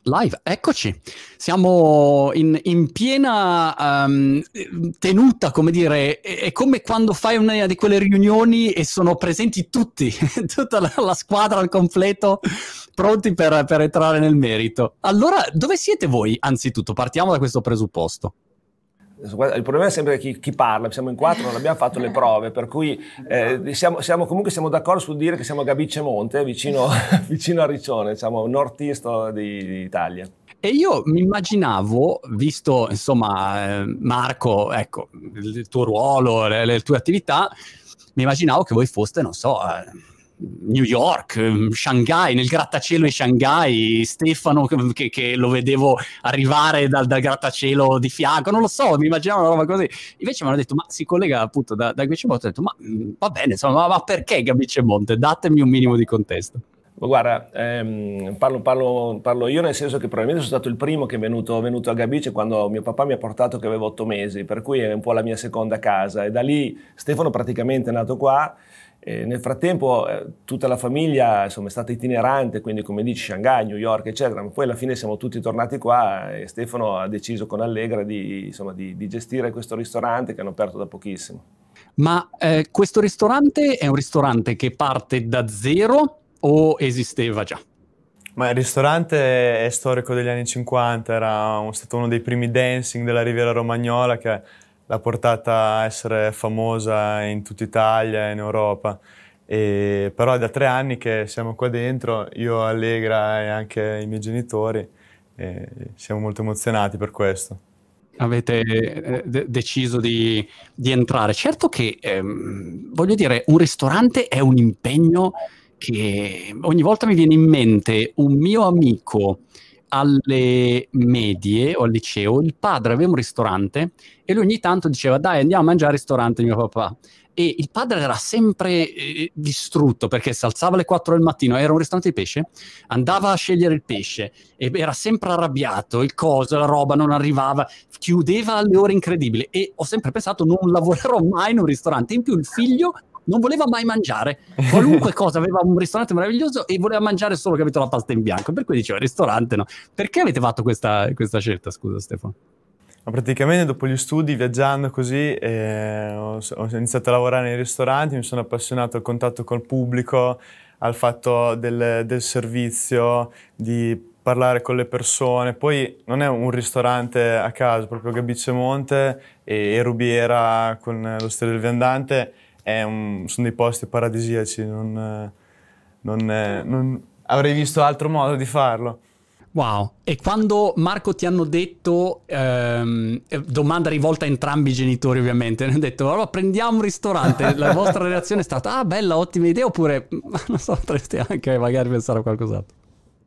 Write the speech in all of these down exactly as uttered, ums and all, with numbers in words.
Live, eccoci. Siamo in, in piena um, tenuta, come dire, è, è come quando fai una di quelle riunioni e sono presenti tutti, tutta la, la squadra al completo, pronti per, per entrare nel merito. Allora, dove siete voi? Anzitutto, partiamo da questo presupposto. Il problema è sempre chi, chi parla, siamo in quattro, non abbiamo fatto le prove, per cui eh, siamo, siamo, comunque siamo d'accordo sul dire che siamo a Gabice Monte, vicino, vicino a Riccione, siamo nord-est di, di Italia. E io mi immaginavo, visto insomma eh, Marco, ecco, il, il tuo ruolo, le, le tue attività, mi immaginavo che voi foste, non so, eh, New York, Shanghai, nel grattacielo di Shanghai, Stefano che, che lo vedevo arrivare dal, dal grattacielo di fianco, non lo so, mi immaginavo una roba così. Invece mi hanno detto, ma si collega appunto da, da Gabice Monte, ho detto, ma va bene, insomma, ma, ma perché Gabice Monte? Datemi un minimo di contesto. Guarda, ehm, parlo, parlo, parlo io nel senso che probabilmente sono stato il primo che è venuto, venuto a Gabice quando mio papà mi ha portato che avevo otto mesi, per cui è un po' la mia seconda casa, e da lì Stefano praticamente è nato qua. E nel frattempo eh, tutta la famiglia insomma, è stata itinerante, quindi come dici Shanghai, New York eccetera, ma poi alla fine siamo tutti tornati qua e Stefano ha deciso con Allegra di, insomma, di, di gestire questo ristorante che hanno aperto da pochissimo. Ma eh, questo ristorante è un ristorante che parte da zero o esisteva già? Ma il ristorante è storico degli anni cinquanta, era un, stato uno dei primi dancing della Riviera Romagnola che l'ha portata a essere famosa in tutta Italia e in Europa. E, però è da tre anni che siamo qua dentro, io, Allegra e anche i miei genitori, e siamo molto emozionati per questo. Avete eh, de- deciso di, di entrare. Certo che, ehm, voglio dire, un ristorante è un impegno che ogni volta mi viene in mente un mio amico alle medie o al liceo, il padre aveva un ristorante e lui ogni tanto diceva dai andiamo a mangiare al ristorante di mio papà, e il padre era sempre eh, distrutto perché si alzava alle quattro del mattino, era un ristorante di pesce, andava a scegliere il pesce e era sempre arrabbiato, il coso, la roba non arrivava, chiudeva alle ore incredibili, e ho sempre pensato non lavorerò mai in un ristorante. In più il figlio non voleva mai mangiare qualunque cosa, aveva un ristorante meraviglioso e voleva mangiare solo, capito, la pasta in bianco, per cui diceva ristorante no. Perché avete fatto questa, questa scelta, scusa Stefano? Ma praticamente dopo gli studi, viaggiando così, eh, ho, ho iniziato a lavorare nei ristoranti, mi sono appassionato al contatto col pubblico, al fatto del, del servizio, di parlare con le persone. Poi non è un ristorante a caso, proprio Gabice Monte e, e Rubiera con l'Osteria del Viandante è un, sono dei posti paradisiaci, non, non, non avrei visto altro modo di farlo. Wow, e quando Marco ti hanno detto, ehm, domanda rivolta a entrambi i genitori ovviamente, hanno detto allora prendiamo un ristorante, la vostra reazione è stata ah bella, ottima idea, oppure non so, potreste anche magari pensare a qualcos'altro?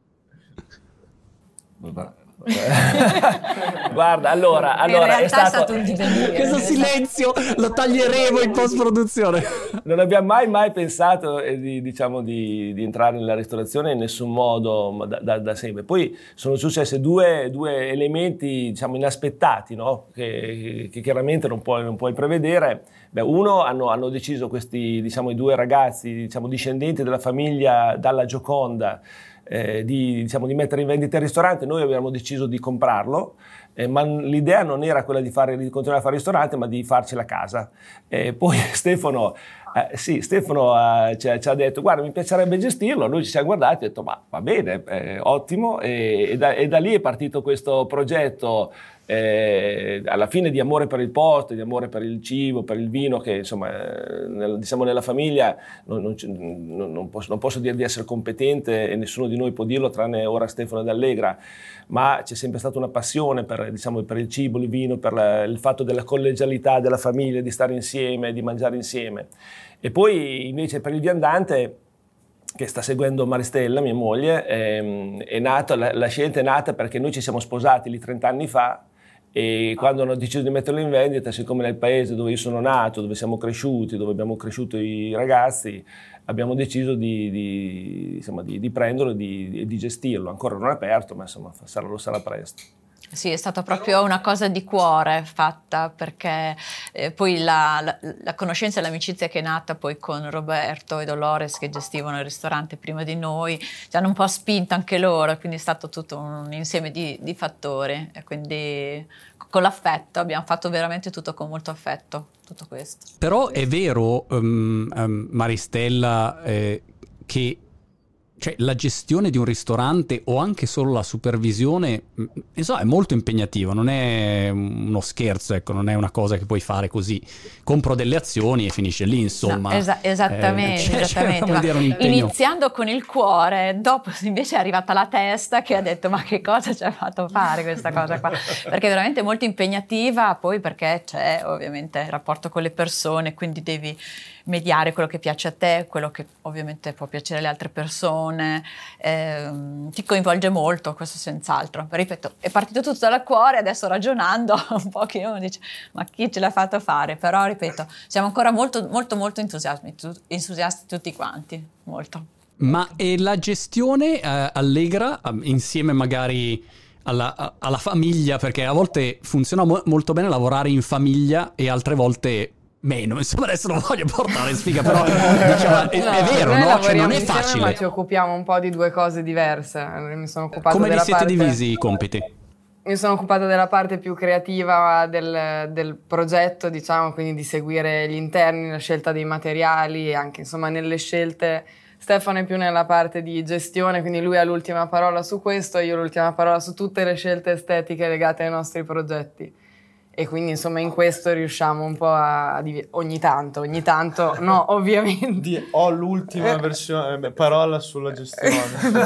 Guarda, allora, allora è stato, stato un divenire. Questo silenzio lo taglieremo in post-produzione. Non abbiamo mai mai pensato eh, di, diciamo, di, di entrare nella ristorazione in nessun modo da, da, da sempre. Poi sono successe due, due elementi diciamo inaspettati, no? che, che chiaramente non puoi, non puoi prevedere. Beh, uno hanno, hanno deciso questi diciamo i due ragazzi diciamo discendenti della famiglia Dalla Gioconda Eh, di, diciamo, di mettere in vendita il ristorante. Noi abbiamo deciso di comprarlo, eh, ma l'idea non era quella di, fare, di continuare a fare il ristorante, ma di farcela a casa. Eh, poi Stefano, eh, sì, Stefano eh, ci, ci ha detto guarda mi piacerebbe gestirlo, noi ci siamo guardati e ho detto ma va bene, eh, ottimo, e, e, da, e da lì è partito questo progetto eh, alla fine di amore per il posto, di amore per il cibo, per il vino, che insomma eh, nel, diciamo nella famiglia non, non, non, non, posso, non posso dire di essere competente e nessuno di noi può dirlo tranne ora Stefano ed Allegra, ma c'è sempre stata una passione per, diciamo, per il cibo, il vino, per la, il fatto della collegialità della famiglia, di stare insieme, di mangiare insieme. E poi invece per il viandante, che sta seguendo Maristella, mia moglie, ehm, è nata, la, la scelta è nata perché noi ci siamo sposati lì trenta anni fa, e quando hanno deciso di metterlo in vendita, siccome nel paese dove io sono nato, dove siamo cresciuti, dove abbiamo cresciuto i ragazzi, abbiamo deciso di, di, insomma, di, di prenderlo e di, di gestirlo. Ancora non è aperto, ma insomma sarà, lo sarà presto. Sì, è stata proprio una cosa di cuore fatta, perché eh, poi la, la, la conoscenza e l'amicizia che è nata poi con Roberto e Dolores, che gestivano il ristorante prima di noi, ci hanno un po' spinto anche loro, quindi è stato tutto un insieme di, di fattori, e quindi con l'affetto abbiamo fatto veramente tutto con molto affetto, tutto questo. Però è vero, um, um, Maristella, eh, che cioè la gestione di un ristorante o anche solo la supervisione, insomma, è molto impegnativo, non è uno scherzo, ecco, non è una cosa che puoi fare così, compro delle azioni e finisce lì, insomma. No, esa- esattamente, eh, esattamente. Cioè, dire un impegno. Iniziando con il cuore, dopo invece è arrivata la testa che ha detto ma che cosa ci ha fatto fare questa cosa qua, perché è veramente molto impegnativa, poi perché c'è ovviamente il rapporto con le persone, quindi devi mediare quello che piace a te, quello che ovviamente può piacere alle altre persone, ehm, ti coinvolge molto, questo senz'altro. Ripeto, è partito tutto dal cuore, adesso ragionando un po' che uno dice ma chi ce l'ha fatto fare, però ripeto, siamo ancora molto molto molto entusiasmi, tu, entusiasti tutti quanti, molto. Ma e la gestione eh, allegra, insieme magari alla, alla famiglia, perché a volte funziona mo- molto bene lavorare in famiglia e altre volte meno, insomma adesso non voglio portare sfiga, però diciamo, è, no, è vero, noi no? Cioè, non è insieme, facile. ma ci occupiamo un po' di due cose diverse. Mi sono occupata Come della vi siete parte... divisi i compiti? Mi sono occupata della parte più creativa del, del progetto, diciamo, quindi di seguire gli interni, la scelta dei materiali e anche insomma nelle scelte. Stefano è più nella parte di gestione, quindi lui ha l'ultima parola su questo, io l'ultima parola su tutte le scelte estetiche legate ai nostri progetti. E quindi insomma in questo riusciamo un po' a div- ogni tanto, ogni tanto no, ovviamente. Di, ho l'ultima versione, beh, parola sulla gestione.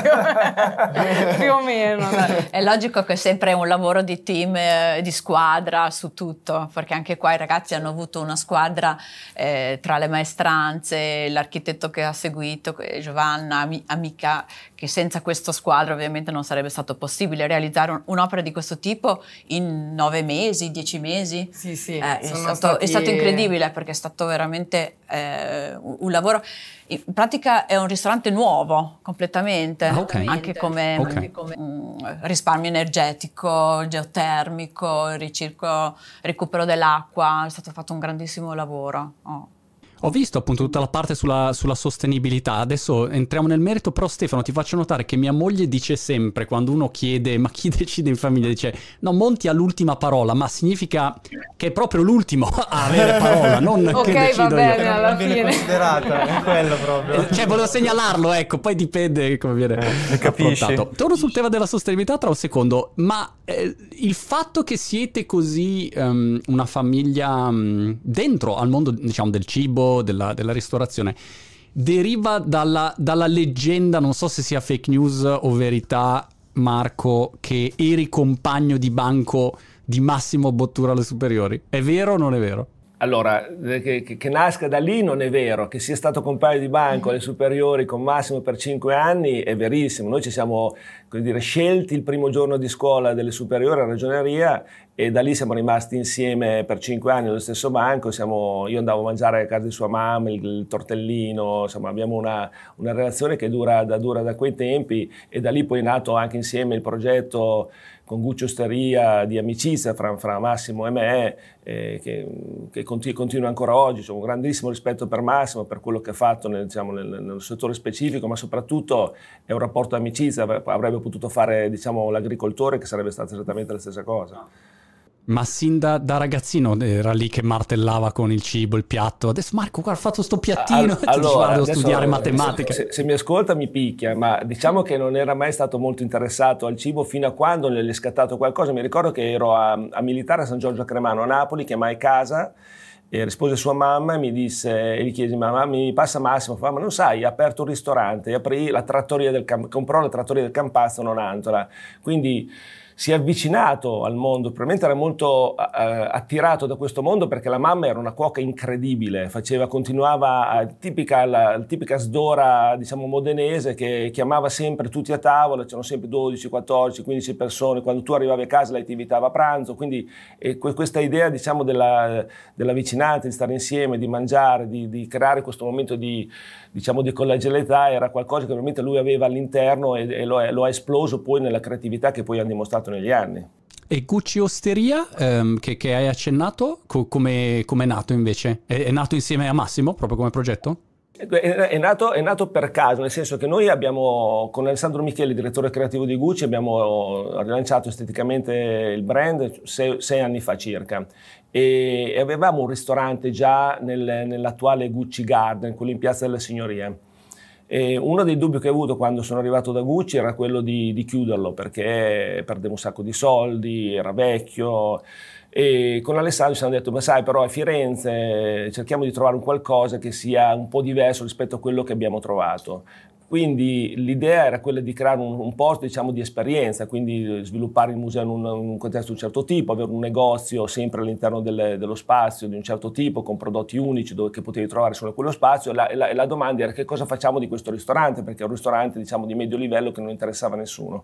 Più o meno. Dai. È logico che è sempre un lavoro di team, eh, di squadra su tutto, perché anche qua i ragazzi hanno avuto una squadra eh, tra le maestranze, l'architetto che ha seguito, Giovanna, ami- amica, che senza questa squadra ovviamente non sarebbe stato possibile realizzare un- un'opera di questo tipo in nove mesi, dieci mesi. Sì, sì. Eh, è, stato, stati... è stato incredibile, perché è stato veramente eh, un lavoro. In pratica è un ristorante nuovo completamente, ah, okay. anche come, okay. anche come um, risparmio energetico, geotermico, ricirco, recupero dell'acqua. È stato fatto un grandissimo lavoro. Oh. Ho visto appunto tutta la parte sulla, sulla sostenibilità, adesso entriamo nel merito, però Stefano ti faccio notare che mia moglie dice sempre, quando uno chiede ma chi decide in famiglia, dice no, Monti ha l'ultima parola, ma significa che è proprio l'ultimo a avere parola, non okay, che decido va bene, io. alla viene fine. considerata, è quello proprio. Cioè volevo segnalarlo, ecco, poi dipende come viene eh, capisci. affrontato. Torno sul tema della sostenibilità tra un secondo, ma eh, il fatto che siete così um, una famiglia um, dentro al mondo, diciamo, del cibo, Della, della ristorazione, deriva dalla, dalla leggenda, non so se sia fake news o verità, Marco, che eri compagno di banco di Massimo Bottura alle superiori. È vero o non è vero? Allora, che, che, che nasca da lì non è vero, che sia stato compagno di banco alle superiori con Massimo per cinque anni è verissimo. Noi ci siamo, come dire, scelti il primo giorno di scuola delle superiori a ragioneria e da lì siamo rimasti insieme per cinque anni nello stesso banco. Siamo, io andavo a mangiare a casa di sua mamma il, il tortellino, insomma abbiamo una, una relazione che dura da, dura da quei tempi, e da lì poi è nato anche insieme il progetto con Guccio Osteria di amicizia fra, fra Massimo e me, eh, che, che continu- continua ancora oggi. C'è un grandissimo rispetto per Massimo, per quello che ha fatto nel, diciamo, nel, nel settore specifico, ma soprattutto è un rapporto di amicizia. Avrebbe potuto fare, diciamo, l'agricoltore, che sarebbe stata esattamente la stessa cosa. Ma sin da, da ragazzino era lì che martellava con il cibo, il piatto. Adesso Marco, guarda, ha fatto sto piattino, All- allora, devo studiare matematica. Se, se mi ascolta mi picchia, ma diciamo che non era mai stato molto interessato al cibo fino a quando gli è scattato qualcosa. Mi ricordo che ero a, a militare a San Giorgio a Cremano, a Napoli, chiamai casa e rispose sua mamma e mi disse, e gli chiesi, mamma mi passa Massimo? Fa, ma non sai, ha aperto un ristorante, aprì la trattoria del comprò la trattoria del Campazzo, Nonantola, quindi si è avvicinato al mondo, probabilmente era molto uh, attirato da questo mondo, perché la mamma era una cuoca incredibile, faceva, continuava, a, tipica, la, la tipica sdora, diciamo, modenese, che chiamava sempre tutti a tavola, c'erano sempre dodici, quattordici, quindici persone, quando tu arrivavi a casa lei ti invitava a pranzo, quindi eh, questa idea, diciamo, della, della vicinanza, di stare insieme, di mangiare, di, di creare questo momento di, diciamo, di collegialità era qualcosa che veramente lui aveva all'interno, e, e lo, è, lo ha esploso poi nella creatività che poi ha dimostrato negli anni. E Gucci Osteria, ehm, che, che hai accennato, co- come è nato invece? È, è nato insieme a Massimo, proprio come progetto? È, è, nato, è nato per caso, nel senso che noi abbiamo, con Alessandro Micheli, direttore creativo di Gucci, abbiamo rilanciato esteticamente il brand sei, sei anni fa circa. E avevamo un ristorante già nel, nell'attuale Gucci Garden, quello in Piazza della Signoria. E uno dei dubbi che ho avuto quando sono arrivato da Gucci era quello di, di chiuderlo, perché perdevo un sacco di soldi, era vecchio. E con Alessandro ci hanno detto, ma sai, però a Firenze cerchiamo di trovare un qualcosa che sia un po' diverso rispetto a quello che abbiamo trovato. Quindi l'idea era quella di creare un, un posto, diciamo, di esperienza, quindi sviluppare il museo in un, un contesto di un certo tipo, avere un negozio sempre all'interno delle, dello spazio di un certo tipo, con prodotti unici dove, che potevi trovare solo quello spazio. E la, e, la, e la domanda era che cosa facciamo di questo ristorante, perché è un ristorante, diciamo, di medio livello che non interessava a nessuno.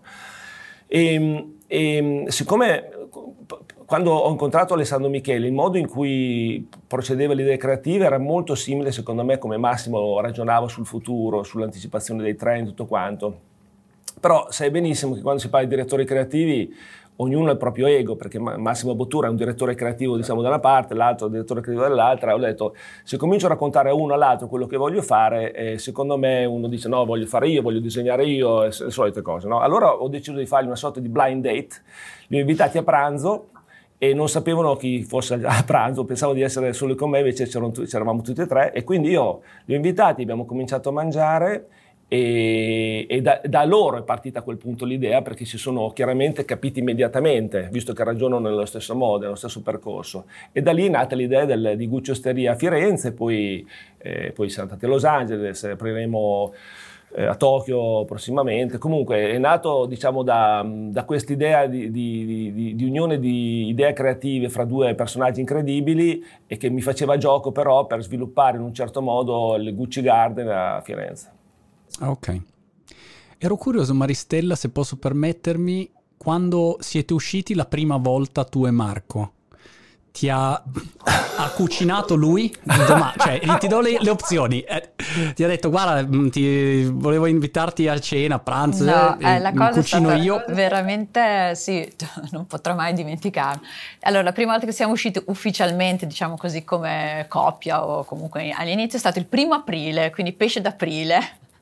E, e siccome quando ho incontrato Alessandro Micheli, il modo in cui procedeva le idee creative era molto simile, secondo me, come Massimo ragionava sul futuro, sull'anticipazione dei trend, tutto quanto. Però sai benissimo che quando si parla di direttori creativi ognuno ha il proprio ego, perché Massimo Bottura è un direttore creativo, diciamo, da una parte, l'altro è un direttore creativo dall'altra. Ho detto, se comincio a raccontare a uno all'altro quello che voglio fare, eh, secondo me uno dice no, voglio fare io, voglio disegnare io, e le solite cose, no? Allora ho deciso di fargli una sorta di blind date, li ho invitati a pranzo e non sapevano chi fosse a pranzo, pensavo di essere solo con me, invece c'eravamo tutti e tre, e quindi io li ho invitati, abbiamo cominciato a mangiare. E, e da, da loro è partita a quel punto l'idea, perché si sono chiaramente capiti immediatamente, visto che ragionano nello stesso modo, nello stesso percorso, e da lì è nata l'idea del, di Gucci Osteria a Firenze. Poi, eh, poi siamo andati a Los Angeles, apriremo eh, a Tokyo prossimamente. Comunque è nato, diciamo, da, da questa idea di, di, di, di unione di idee creative fra due personaggi incredibili, e che mi faceva gioco però per sviluppare in un certo modo il Gucci Garden a Firenze. Ok. Ero curioso, Maristella, se posso permettermi, quando siete usciti la prima volta tu e Marco, ti ha, ha cucinato lui? Doma- cioè, ti do le, le opzioni. Eh, ti ha detto, guarda, ti, volevo invitarti a cena, a pranzo, no, eh, eh, la cosa cucino è stata io. Veramente, sì, non potrò mai dimenticarmi. Allora, la prima volta che siamo usciti ufficialmente, diciamo così, come coppia, o comunque all'inizio, è stato il primo aprile, quindi pesce d'aprile.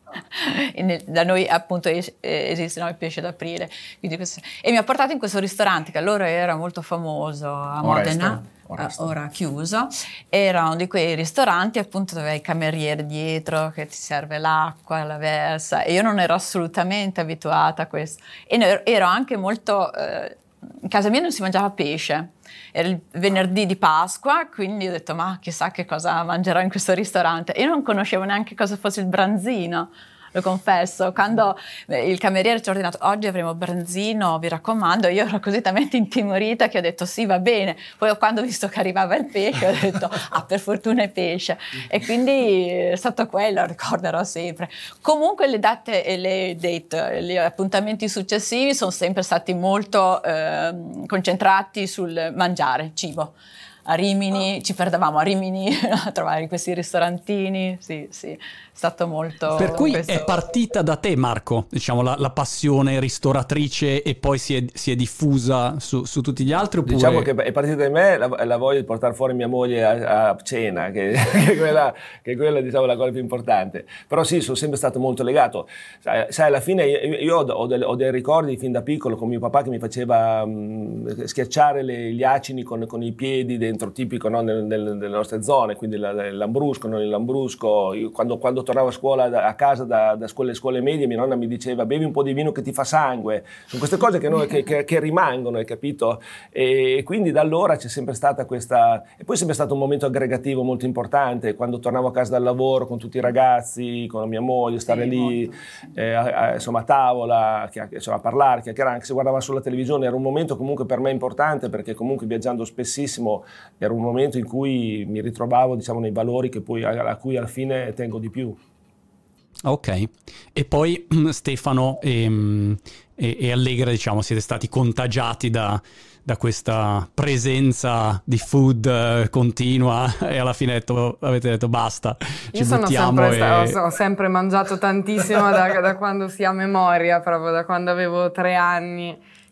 Da noi appunto esiste, no, il pesce d'aprile, quindi questo, e mi ha portato in questo ristorante che allora era molto famoso a Modena, Oresta. ora chiuso. Era uno di quei ristoranti appunto dove hai il cameriere dietro che ti serve l'acqua, la versa, e io non ero assolutamente abituata a questo, e ero anche molto eh, in casa mia non si mangiava pesce. Era il venerdì di Pasqua, quindi ho detto, ma chissà che cosa mangerò in questo ristorante. Io non conoscevo neanche cosa fosse il branzino, lo confesso. Quando il cameriere ci ha ordinato, oggi avremo branzino, vi raccomando, io ero così talmente intimorita che ho detto sì, va bene. Poi quando ho visto che arrivava il pesce ho detto, ah, per fortuna è pesce. E quindi è stato quello, lo ricorderò sempre. Comunque le date e le date, gli appuntamenti successivi sono sempre stati molto eh, concentrati sul mangiare, cibo. A Rimini, ci perdevamo a Rimini a trovare questi ristorantini, sì, sì, è stato molto... Per cui questo... è partita da te, Marco, diciamo, la, la passione ristoratrice, e poi si è, si è diffusa su, su tutti gli altri, oppure... Diciamo che è partita da me la, la voglia di portare fuori mia moglie a, a cena, che, che è quella, che è quella, diciamo, la cosa più importante. Però sì, sono sempre stato molto legato. Sai, sai alla fine io, io ho, del, ho dei ricordi fin da piccolo con mio papà che mi faceva mh, schiacciare le, gli acini con, con i piedi dentro, tipico, no, nel, nel, nelle nostre zone, quindi la, il lambrusco, non il lambrusco. Io, quando, quando tornavo a scuola, da, a casa da, da scuole, scuole medie, mia nonna mi diceva bevi un po' di vino che ti fa sangue. Sono queste cose che, noi, che, che, che rimangono, hai capito? E quindi da allora c'è sempre stata questa... E poi è sempre stato un momento aggregativo molto importante, quando tornavo a casa dal lavoro con tutti i ragazzi, con mia moglie, stare sì, lì eh, a, a, insomma, a tavola, a, insomma, a parlare, chiacchierare, anche se guardava sulla televisione. Era un momento comunque per me importante, perché comunque viaggiando spessissimo era un momento in cui mi ritrovavo, diciamo, nei valori che poi, a cui alla fine tengo di più. Ok, e poi Stefano e, e, e Allegra, diciamo, siete stati contagiati da, da questa presenza di food uh, continua, e alla fine detto, avete detto basta, ci Io sono buttiamo. Sempre e... sta, ho sempre mangiato tantissimo da, da quando si ha memoria, proprio da quando avevo tre anni,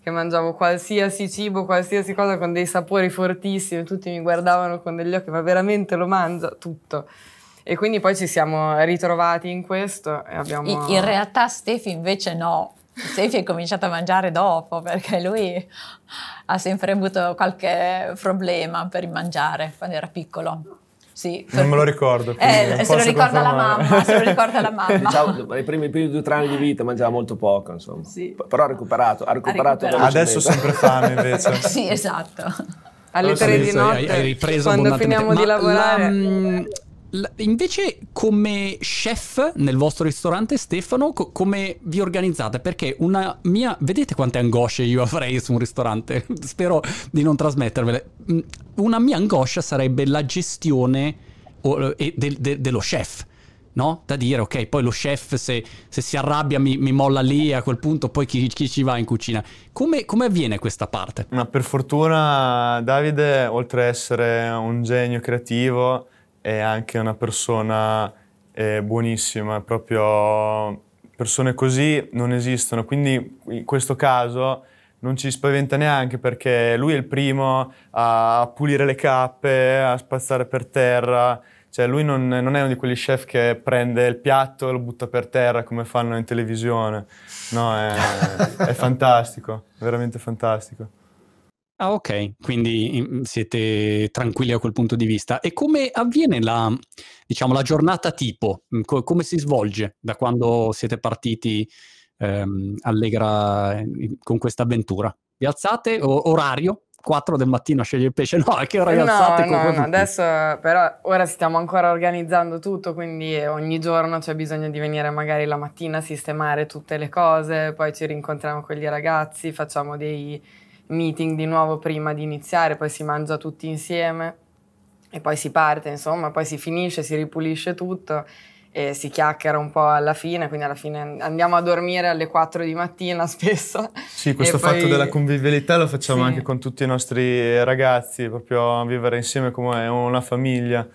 che mangiavo qualsiasi cibo, qualsiasi cosa con dei sapori fortissimi, tutti mi guardavano con degli occhi, ma veramente lo mangia tutto? E quindi poi ci siamo ritrovati in questo e abbiamo... In, in realtà Stefi invece no, Stefi è cominciato a mangiare dopo perché lui ha sempre avuto qualche problema per il mangiare quando era piccolo. Sì, non me lo ricordo. Eh, se lo ricorda la mamma, se lo ricorda la mamma. Diciamo, nei primi, primi due o tre anni di vita mangiava molto poco, insomma. Sì. Però ha recuperato, ha recuperato. Ha recuperato. Adesso sempre fame invece. Sì, esatto. Alle tre di notte, hai, hai ripreso quando finiamo di lavorare... La, la, invece come chef nel vostro ristorante, Stefano, co- come vi organizzate? Perché una mia... Vedete quante angosce io avrei su un ristorante? Spero di non trasmettervele. Una mia angoscia sarebbe la gestione o, e del, de, dello chef. No? Da dire, ok, poi lo chef se, se si arrabbia mi, mi molla lì, a quel punto poi chi, chi ci va in cucina? Come, come avviene questa parte? Ma per fortuna Davide, oltre a essere un genio creativo, è anche una persona eh, buonissima, proprio persone così non esistono, quindi in questo caso non ci spaventa neanche perché lui è il primo a pulire le cappe, a spazzare per terra. Cioè lui non, non è uno di quegli chef che prende il piatto e lo butta per terra come fanno in televisione. No, è, è fantastico, veramente fantastico. Ah, ok, quindi siete tranquilli a quel punto di vista. E come avviene la, diciamo, la giornata tipo? Co- come si svolge da quando siete partiti ehm, Allegra con questa avventura? Vi alzate, o- orario? quattro del mattino a scegliere il pesce? No, a che ora vi alzate? No, no, no, adesso però ora stiamo ancora organizzando tutto, quindi ogni giorno c'è bisogno di venire magari la mattina a sistemare tutte le cose, poi ci rincontriamo con gli ragazzi, facciamo dei meeting di nuovo prima di iniziare, poi si mangia tutti insieme e poi si parte, insomma, poi si finisce, si ripulisce tutto e si chiacchiera un po' alla fine, quindi alla fine andiamo a dormire alle quattro di mattina spesso. Sì, questo e fatto poi... della convivialità lo facciamo sì. anche con tutti i nostri ragazzi, proprio vivere insieme come una famiglia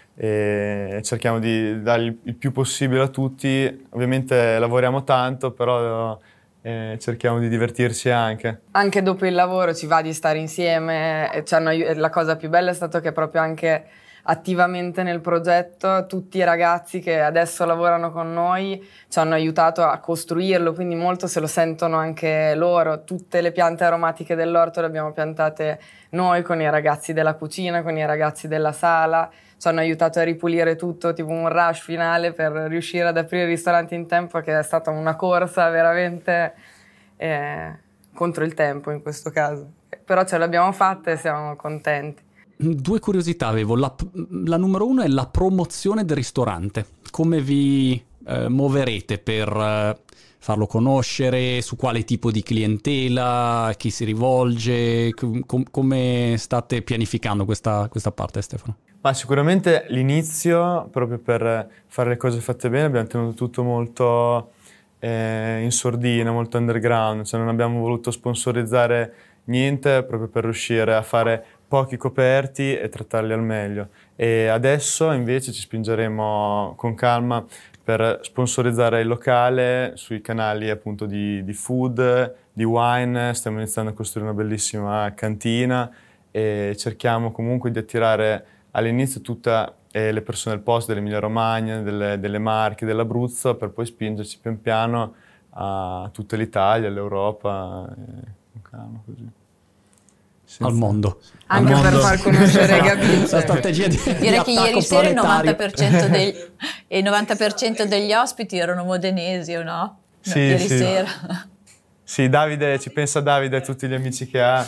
e cerchiamo di dargli il più possibile a tutti. Ovviamente lavoriamo tanto, però eh, cerchiamo di divertirci anche. Anche dopo il lavoro ci va di stare insieme, e ci hanno, la cosa più bella è stato che proprio anche attivamente nel progetto tutti i ragazzi che adesso lavorano con noi ci hanno aiutato a costruirlo, quindi molto se lo sentono anche loro. Tutte le piante aromatiche dell'orto le abbiamo piantate noi con i ragazzi della cucina, con i ragazzi della sala, ci hanno aiutato a ripulire tutto, tipo un rush finale per riuscire ad aprire il ristorante in tempo, che è stata una corsa veramente eh, contro il tempo in questo caso, però ce l'abbiamo fatta e siamo contenti. Due curiosità avevo. La, la numero uno è la promozione del ristorante. Come vi eh, muoverete per eh, farlo conoscere? Su quale tipo di clientela? A chi si rivolge? Com- come state pianificando questa, questa parte, Stefano? Ma sicuramente l'inizio, proprio per fare le cose fatte bene, abbiamo tenuto tutto molto eh, in sordina, molto underground. Cioè non abbiamo voluto sponsorizzare niente proprio per riuscire a fare pochi coperti e trattarli al meglio. E adesso invece ci spingeremo con calma per sponsorizzare il locale sui canali appunto di, di food, di wine. Stiamo iniziando a costruire una bellissima cantina e cerchiamo comunque di attirare all'inizio tutte le persone del posto, dell'Emilia Romagna, delle, delle Marche, dell'Abruzzo, per poi spingerci pian piano a tutta l'Italia, l'Europa, e con calma così. Senza... al mondo. Anche al per mondo. far conoscere Gabriele. La strategia di Direi di che ieri sera il planetario. novanta per cento degli, il novanta per cento degli ospiti erano modenesi, o no? no Sì, ieri sì. sera. Sì, Davide, ci pensa Davide e tutti gli amici che ha.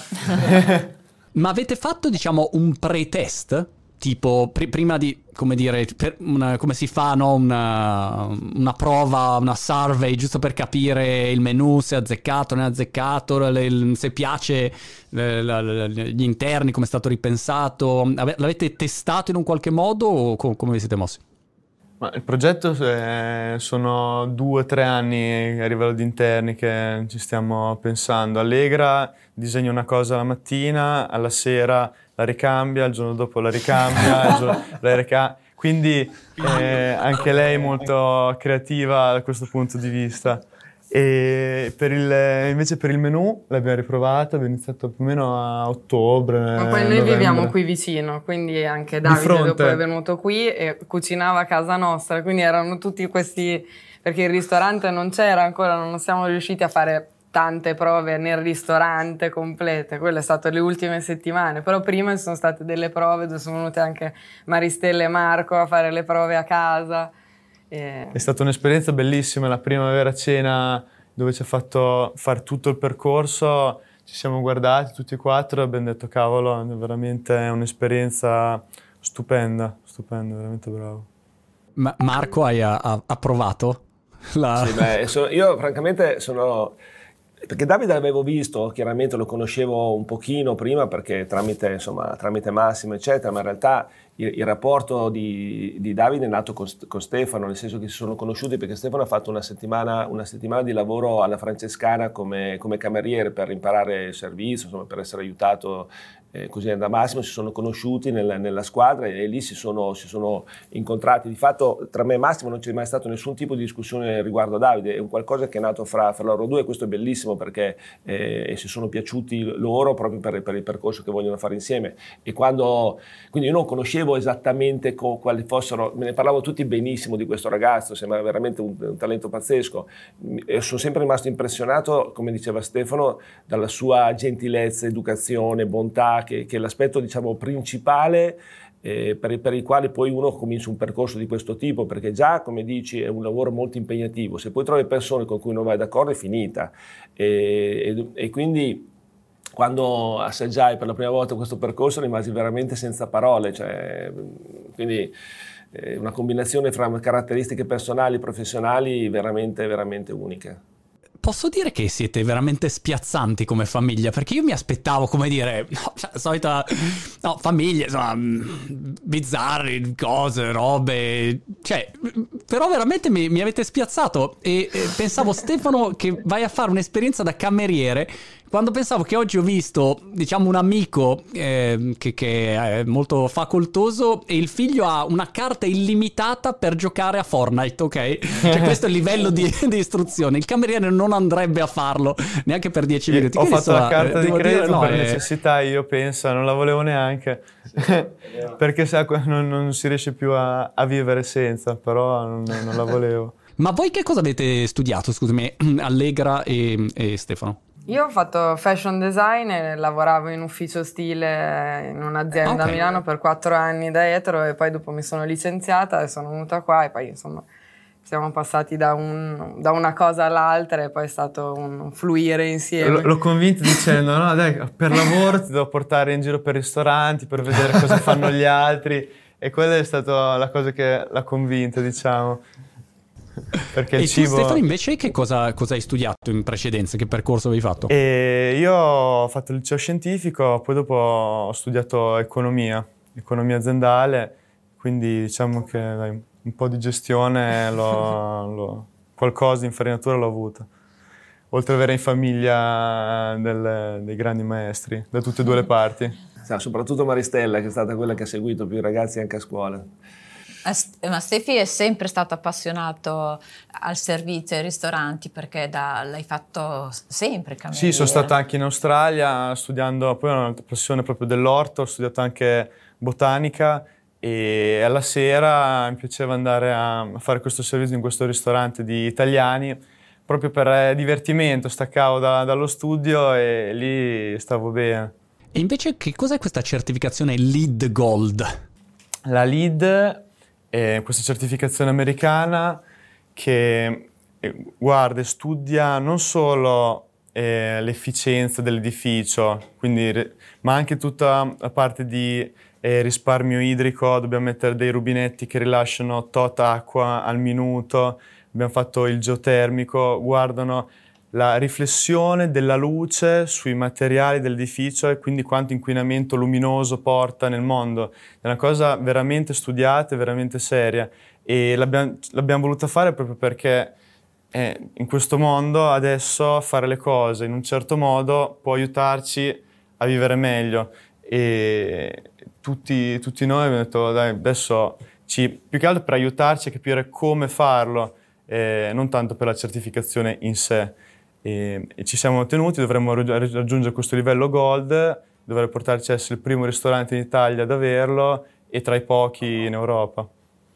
Ma avete fatto, diciamo, un pre-test? Tipo, pr- prima di, come dire, per una, come si fa, no? Una, una prova, una survey, giusto per capire il menù, se è azzeccato, non è azzeccato, le, se piace le, la, la, gli interni, come è stato ripensato. Ave- l'avete testato in un qualche modo o co- come vi siete mossi? Ma il progetto eh, sono due o tre anni a livello di interni che ci stiamo pensando. Allegra disegna una cosa la mattina, alla sera la ricambia, il giorno dopo la ricambia, il giorno, la rica... quindi eh, anche lei è molto creativa da questo punto di vista. E per il, invece per il menù l'abbiamo riprovato, abbiamo iniziato più o meno a ottobre. Ma poi noi novembre. viviamo qui vicino, quindi anche Davide dopo è venuto qui e cucinava a casa nostra, quindi erano tutti questi, perché il ristorante non c'era ancora, non siamo riusciti a fare tante prove nel ristorante complete, quello è stato le ultime settimane, però prima ci sono state delle prove dove sono venute anche Maristella e Marco a fare le prove a casa. E... È stata un'esperienza bellissima, la prima vera cena dove ci ha fatto fare tutto il percorso, ci siamo guardati tutti e quattro e abbiamo detto cavolo, è veramente un'esperienza stupenda, stupenda, veramente bravo. Ma Marco, hai approvato? La... Sì, beh, so, io francamente sono... Perché Davide l'avevo visto, chiaramente lo conoscevo un pochino prima perché tramite, insomma, tramite Massimo eccetera, ma in realtà il, il rapporto di, di Davide è nato con, con Stefano, nel senso che si sono conosciuti perché Stefano ha fatto una settimana, una settimana di lavoro alla Francescana come, come cameriere per imparare il servizio, insomma, per essere aiutato eh, così da Massimo, si sono conosciuti nel, nella squadra e, e lì si sono, si sono incontrati. Di fatto tra me e Massimo non c'è mai stato nessun tipo di discussione riguardo a Davide, è un qualcosa che è nato fra, fra loro due e questo è bellissimo perché eh, si sono piaciuti loro proprio per, per il percorso che vogliono fare insieme. E quando, quindi io non conoscevo esattamente co, quali fossero, me ne parlavo tutti benissimo di questo ragazzo, sembra veramente un, un talento pazzesco e sono sempre rimasto impressionato, come diceva Stefano, dalla sua gentilezza, educazione, bontà, che, che è l'aspetto diciamo principale Eh, per, per i quali poi uno comincia un percorso di questo tipo, perché già, come dici, è un lavoro molto impegnativo, se poi trovi persone con cui non vai d'accordo è finita e, e, e quindi quando assaggiai per la prima volta questo percorso rimasi veramente senza parole, cioè, quindi eh, una combinazione fra caratteristiche personali e professionali veramente, veramente unica. Posso dire che siete veramente spiazzanti come famiglia, perché io mi aspettavo, come dire, no, solita no, famiglia, insomma, bizzarri, cose, robe, cioè, però veramente mi, mi avete spiazzato e, e pensavo, Stefano, che vai a fare un'esperienza da cameriere, quando pensavo che oggi ho visto, diciamo, un amico eh, che, che è molto facoltoso e il figlio ha una carta illimitata per giocare a Fortnite, ok? Cioè questo è il livello di, di istruzione. Il cameriere non andrebbe a farlo neanche per dieci minuti. Ho Quindi, fatto insomma, la carta di credito dire, no, per è... necessità, io penso, non la volevo neanche, perché sa, non, non si riesce più a, a vivere senza, però non, non la volevo. Ma voi che cosa avete studiato, scusami, Allegra e, e Stefano? Io ho fatto fashion design e lavoravo in ufficio stile in un'azienda okay. a Milano per quattro anni da etero e poi dopo mi sono licenziata e sono venuta qua e poi insomma siamo passati da, un, da una cosa all'altra e poi è stato un fluire insieme. L- l'ho convinto dicendo no dai, per lavoro ti devo portare in giro per ristoranti per vedere cosa fanno gli altri e quella è stata la cosa che l'ha convinta, diciamo. Perché e il tu cibo... Stefano invece che cosa, cosa hai studiato in precedenza, che percorso avevi fatto? E io ho fatto il liceo scientifico, poi dopo ho studiato economia, economia aziendale, quindi diciamo che dai, un po' di gestione, l'ho, l'ho, qualcosa di infarinatura l'ho avuta, oltre ad avere in famiglia del, dei grandi maestri da tutte e due le parti. Sì, soprattutto Maristella, che è stata quella che ha seguito più i ragazzi anche a scuola. Ma Stefi è sempre stato appassionato al servizio ai ristoranti perché da, l'hai fatto sempre cameriere. Sì, sono stato anche in Australia studiando, poi ho una passione proprio dell'orto, ho studiato anche botanica e alla sera mi piaceva andare a fare questo servizio in questo ristorante di italiani proprio per divertimento, staccavo da, dallo studio e lì stavo bene. E invece che cos'è questa certificazione LEED Gold? La LEED è questa certificazione americana che guarda e studia non solo eh, l'efficienza dell'edificio, quindi, ma anche tutta la parte di eh, risparmio idrico. Dobbiamo mettere dei rubinetti che rilasciano tot acqua al minuto, abbiamo fatto il geotermico, guardano la riflessione della luce sui materiali dell'edificio e quindi quanto inquinamento luminoso porta nel mondo. È una cosa veramente studiata e veramente seria e l'abbiamo, l'abbiamo voluta fare proprio perché eh, in questo mondo adesso fare le cose in un certo modo può aiutarci a vivere meglio e tutti, tutti noi abbiamo detto dai, adesso ci, più che altro per aiutarci a capire come farlo. eh, non tanto per la certificazione in sé. E, e ci siamo ottenuti, dovremmo raggiungere questo livello Gold, dovrebbe portarci a essere il primo ristorante in Italia ad averlo e tra i pochi in Europa.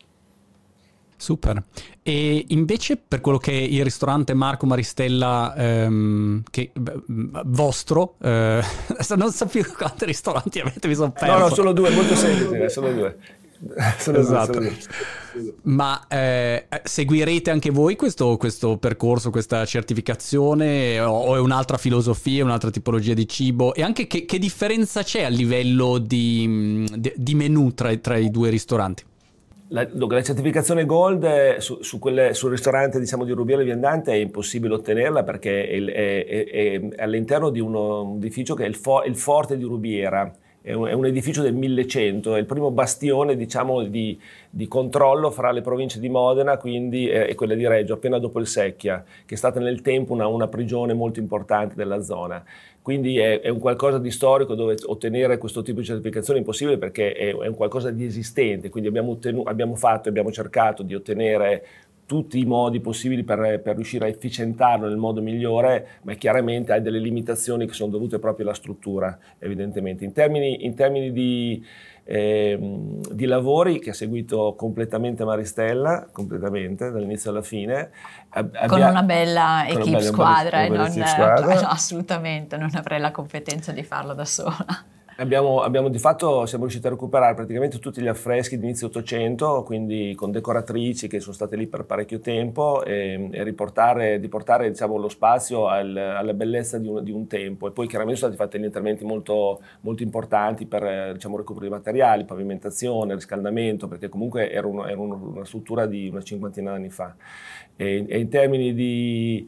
Super. E invece per quello che è il ristorante Marco Maristella ehm, che, beh, vostro, eh, non so più quanti ristoranti avete, mi sono perso. No, no, solo due, molto semplice, solo due. Solo esatto. due, solo due. Ma eh, seguirete anche voi questo, questo percorso, questa certificazione, o, o è un'altra filosofia, un'altra tipologia di cibo? E anche che, che differenza c'è a livello di, di, di menù tra, tra i due ristoranti? La, la certificazione Gold su, su quelle, sul ristorante, diciamo, di Rubiera Viandante è impossibile ottenerla perché è, è, è, è all'interno di uno, un edificio che è il, fo, il Forte di Rubiera. È un, è un edificio del millecento, è il primo bastione, diciamo, di, di controllo fra le province di Modena quindi, e, e quelle di Reggio, appena dopo il Secchia, che è stata nel tempo una, una prigione molto importante della zona. Quindi è, è un qualcosa di storico dove ottenere questo tipo di certificazione è impossibile perché è, è un qualcosa di esistente, quindi abbiamo, ottenu- abbiamo fatto, abbiamo cercato di ottenere tutti i modi possibili per, per riuscire a efficientarlo nel modo migliore, ma chiaramente ha delle limitazioni che sono dovute proprio alla struttura, evidentemente. In termini, in termini di, eh, di lavori, che ha seguito completamente Maristella, completamente, dall'inizio alla fine. Abbia, con una bella con equipe una bella, squadra, una bella e non, squadra. No, assolutamente, non avrei la competenza di farlo da sola. Abbiamo, abbiamo di fatto siamo riusciti a recuperare praticamente tutti gli affreschi di inizio Ottocento, quindi con decoratrici che sono state lì per parecchio tempo, e, e riportare, di portare, diciamo, lo spazio al, alla bellezza di un, di un tempo. E poi chiaramente sono stati fatti degli interventi molto, molto importanti per, diciamo, recupero di materiali, pavimentazione, riscaldamento, perché comunque era, uno, era uno, una struttura di una cinquantina di anni fa. E, e in termini di,